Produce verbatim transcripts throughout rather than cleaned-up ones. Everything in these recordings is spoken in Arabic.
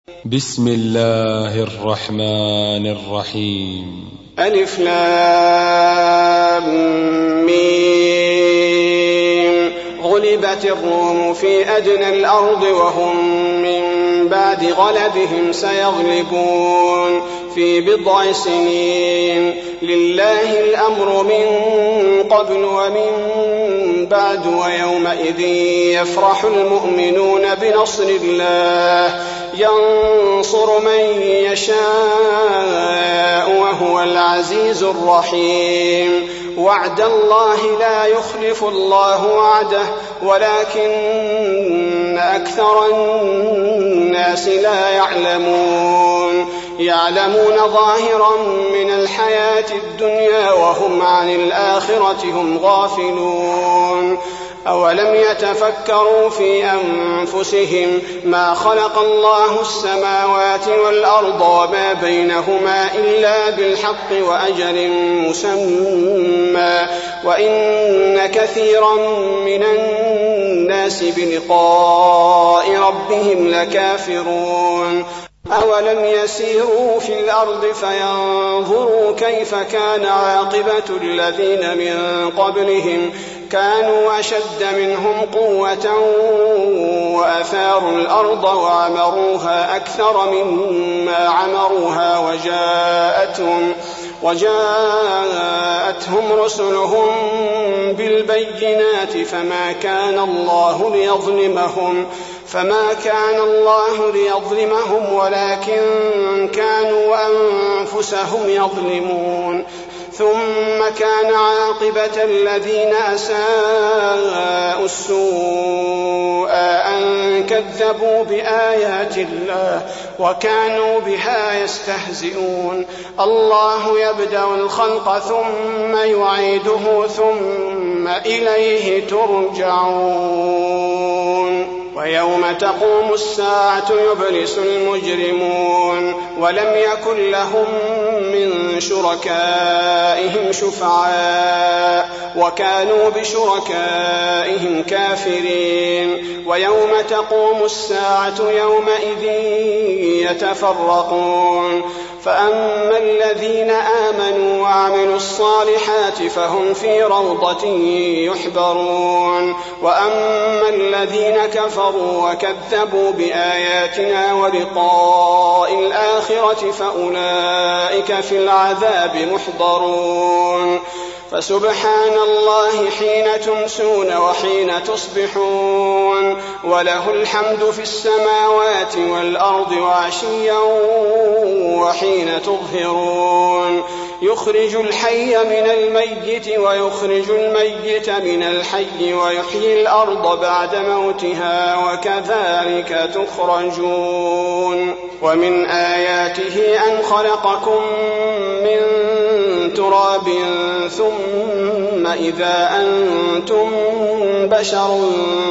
بسم الله الرحمن الرحيم. ألف لام ميم. غلبت الروم في أدنى الأرض وهم من بعد غلبهم سيغلبون في بضع سنين. لله الأمر من قبل ومن بعد ويومئذ يفرح المؤمنون بنصر الله ينصر من يشاء وهو العزيز الرحيم. وعد الله لا يخلف الله وعده ولكن أكثر الناس لا يعلمون. يعلمون ظاهرا من الحياة الدنيا وهم عن الآخرة هم غافلون. أولم يتفكروا في أنفسهم ما خلق الله السماوات والأرض وما بينهما إلا بالحق وأجل مسمى وإن كثيرا من الناس بلقاء ربهم لكافرون. أولم يسيروا في الأرض فينظروا كيف كان عاقبة الذين من قبلهم كانوا أشد منهم قوة وأثاروا الأرض وعمروها أكثر مما عمروها وجاءتهم, وجاءتهم رسلهم بالبينات فما كان الله ليظلمهم فما كان الله ليظلمهم ولكن كانوا أنفسهم يظلمون. ثم كان عاقبة الذين أساءوا السوء أن كذبوا بآيات الله وكانوا بها يستهزئون. الله يبدأ الخلق ثم يعيده ثم إليه ترجعون. ويوم تقوم الساعة يبلس المجرمون ولم يكن لهم من شركائهم شفعاء وكانوا بشركائهم كافرين. ويوم تقوم الساعة يومئذ يتفرقون فأما الذين آمنوا وعملوا الصالحات فهم في روضة يحبرون وأما الذين كفروا وكذبوا بآياتنا ولقاء الآخرة فأولئك في العذاب محضرون. فسبحان الله حين تمسون وحين تصبحون وله الحمد في السماوات والأرض وعشيا وحين تظهرون. يخرج الحي من الميت ويخرج الميت من الحي ويحيي الأرض بعد موتها وكذلك تخرجون. ومن آياته أن خلقكم من تراب ثم إذا أنتم بشر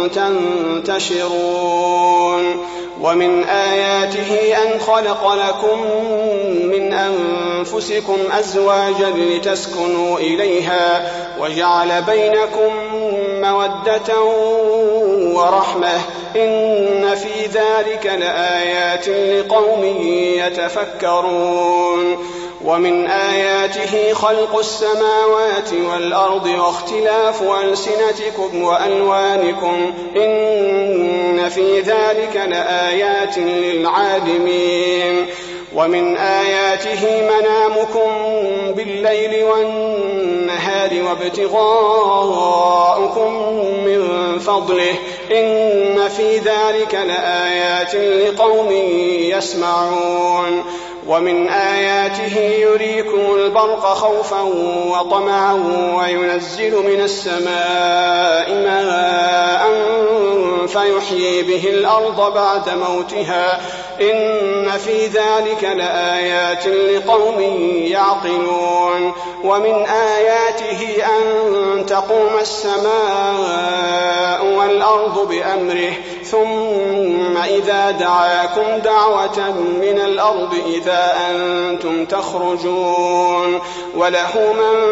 تنتشرون. ومن آياته أن خلق لكم من أنفسكم أزواجا لتسكنوا إليها وجعل بينكم مودة ورحمة إن في ذلك لآيات لقوم يتفكرون. ومن آياته خلق السماوات والأرض واختلاف ألسنتكم وألوانكم إن في ذلك لآيات للعالمين. ومن آياته منامكم بالليل والنهار وابتغاؤكم من فضله إن في ذلك لآيات لقوم يسمعون. ومن آياته يريكم البرق خوفا وطمعا وينزل من السماء ماء فيحيي به الأرض بعد موتها إن في ذلك لآيات لقوم يعقلون. ومن آياته أن تقوم السماء والأرض بأمره ثم إذا دعاكم دعوة من الأرض إذا أنتم تخرجون وله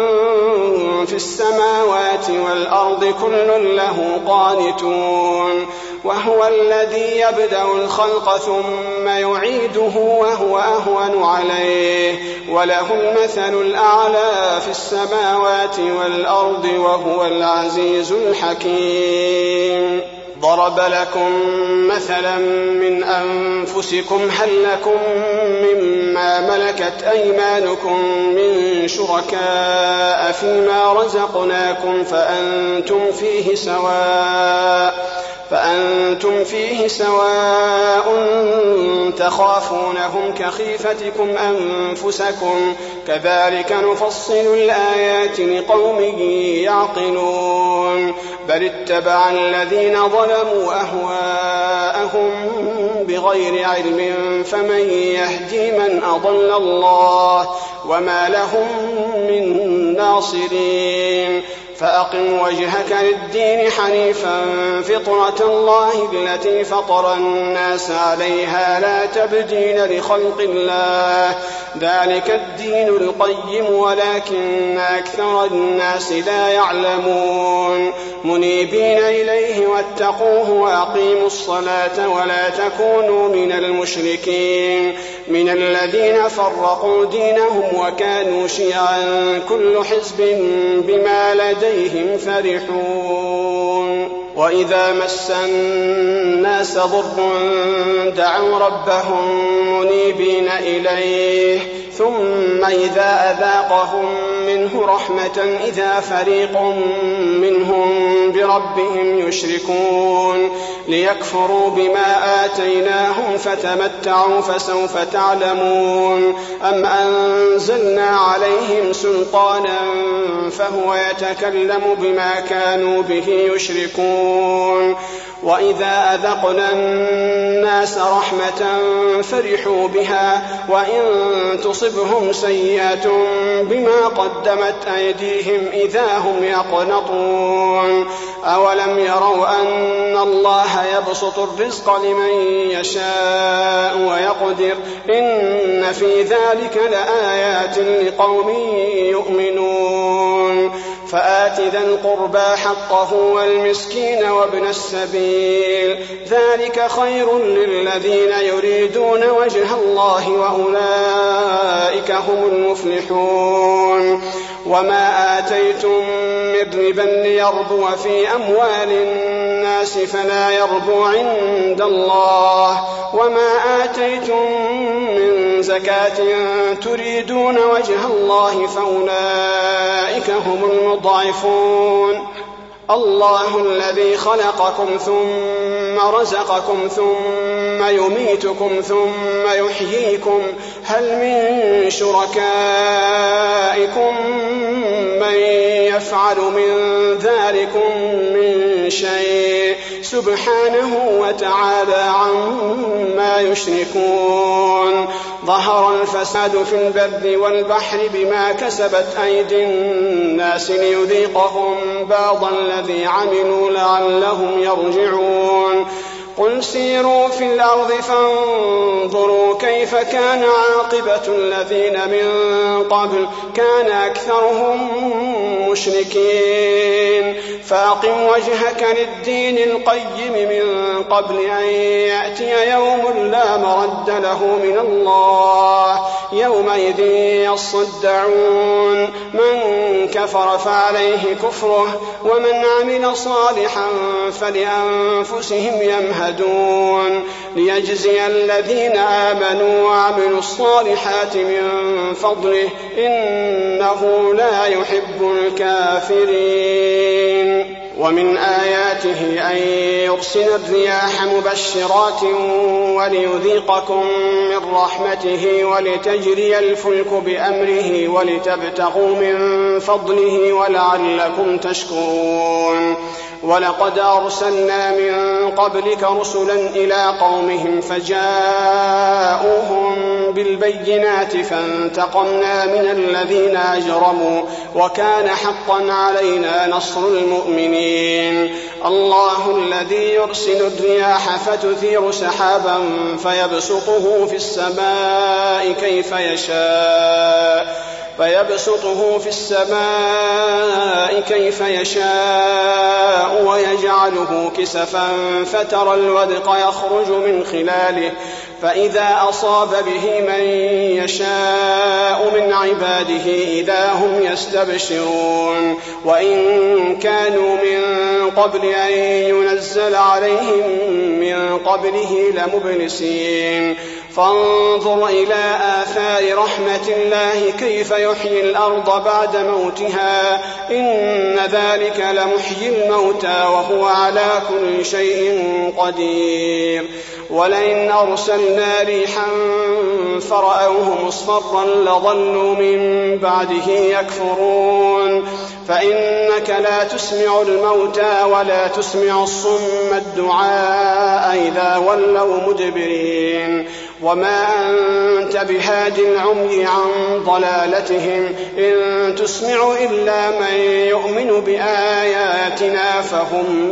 من في السماوات والأرض كل له قانتون وهو الذي يبدأ الخلق ثم يعيده وهو أهون عليه وله المثل الأعلى في السماوات والأرض وهو العزيز الحكيم. ضرب لكم مثلا من أنفسكم هل لكم مما ملكت أيمانكم من شركاء فيما رزقناكم فأنتم فيه سواء فأنتم فيه سواء تخافونهم كخيفتكم أنفسكم كذلك نفصل الآيات لقوم يعقلون بل اتبع الذين ظلموا أهواءهم بغير علم فمن يهدي من أضل الله وما لهم من ناصرين. فأقم وجهك للدين حنيفا فطرة الله التي فطر الناس عليها لا تبديل لخلق الله ذلك الدين القيم ولكن أكثر الناس لا يعلمون. منيبين إليه واتقوه وأقيموا الصلاة ولا تكونوا من المشركين من الذين فرقوا دينهم وكانوا شيعا كل حزب بما لديهم فرحون. وإذا مس الناس ضر دعوا ربهم منيبين إليه ثم إذا أذاقهم منه رحمة إذا فريق منهم بربهم يشركون ليكفروا بما آتيناهم فتمتعوا فسوف تعلمون. أم أنزلنا عليهم سلطانا فهو يتكلم بما كانوا به يشركون. وإذا أذقنا الناس رحمة فرحوا بها وإن تصبهم سيئة بما قدمت أيديهم إذا هم يقنطون. أولم يروا أن الله يبسط الرزق لمن يشاء ويقدر إن في ذلك لآيات لقوم يؤمنون. فآت ذا القربى حقه والمسكين وابن السبيل ذلك خير للذين يريدون وجه الله وأولئك هم المفلحون. وما آتيتم من ربا ليربو في أموال الناس فلا يربو عند الله وما آتيتم من زكاة تريدون وجه الله فأولئك هم المضاعفون. الله الذي خلقكم ثم رزقكم ثم يميتكم ثم يحييكم هل من شركائكم من يفعل من ذلكم من شيء سبحانه وتعالى عما يشركون. ظهر الفساد في البر والبحر بما كسبت أيدي الناس ليذيقهم بعض الذي عملوا لعلهم يرجعون. قل سيروا في الأرض فانظروا كيف كان عاقبة الذين من قبل كان أكثرهم مشركين. فأقم وجهك للدين القيم من قبل أن يأتي يوم لا مرد له من الله يومئذ يصدعون. من كفر فعليه كفره ومن عمل صالحا فلأنفسهم يمهدون ليجزي الذين آمنوا وعملوا الصالحات من فضله إنه لا يحب الكافرين. ومن آياته أن يرسل الرياح مبشرات وليذيقكم من رحمته ولتجري الفلك بأمره ولتبتغوا من فضله ولعلكم تشكرون. ولقد أرسلنا من قبلك رسلا إلى قومهم فجاءوهم بالبينات فانتقمنا من الذين أجرموا وكان حقا علينا نصر المؤمنين. الله الذي يرسل الرياح فتثير سحابا فيبسطه في السماء كيف يشاء فيبسطه في السماء كيف يشاء ويجعله كسفا فترى الودق يخرج من خلاله فإذا أصاب به من يشاء من عباده إذا هم يستبشرون. وإن كانوا من قبل أن ينزل عليهم من قبله لمبلسين. فانظر إلى آثار رحمة الله كيف يحيي الأرض بعد موتها إن ذلك لمحيي الموتى وهو على كل شيء قدير. ولئن أرسلنا ريحا فرأوه مصفرا لظلوا من بعده يكفرون. فإنك لا تسمع الموتى ولا تسمع الصم الدعاء إذا ولوا مدبرين. وما أنت بهاد العمي عن ضلالتهم إن تسمع إلا من يؤمن بآياتنا فهم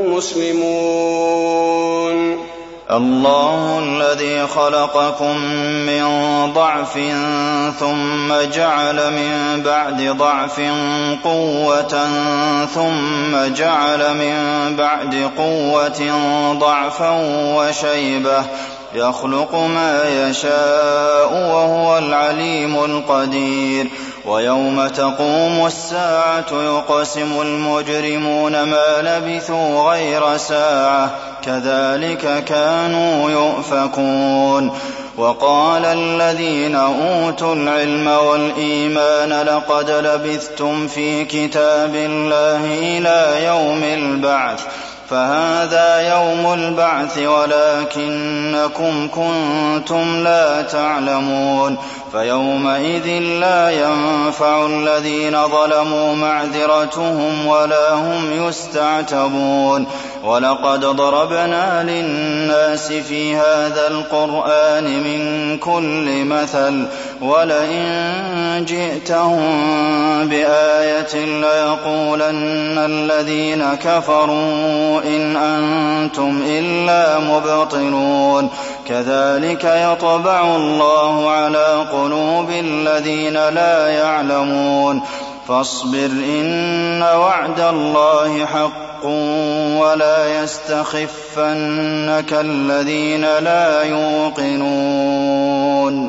مسلمون. الله الذي خلقكم من ضعف ثم جعل من بعد ضعف قوة ثم جعل من بعد قوة ضعفا وشيبة يخلق ما يشاء وهو العليم القدير. ويوم تقوم الساعة يقسم المجرمون ما لبثوا غير ساعة كذلك كانوا يؤفكون. وقال الذين أوتوا العلم والإيمان لقد لبثتم في كتاب الله إلى يوم البعث فهذا يوم البعث ولكنكم كنتم لا تعلمون. فيومئذ لا ينفع الذين ظلموا معذرتهم ولا هم يستعتبون. ولقد ضربنا للناس في هذا القرآن من كل مثل ولئن جئتهم بآية ليقولن الذين كفروا إن أنتم إلا مبطلون. كذلك يطبع الله على قلوب الذين لا يعلمون. فاصبر إن وعد الله حق ولا يستخفنك الذين لا يوقنون.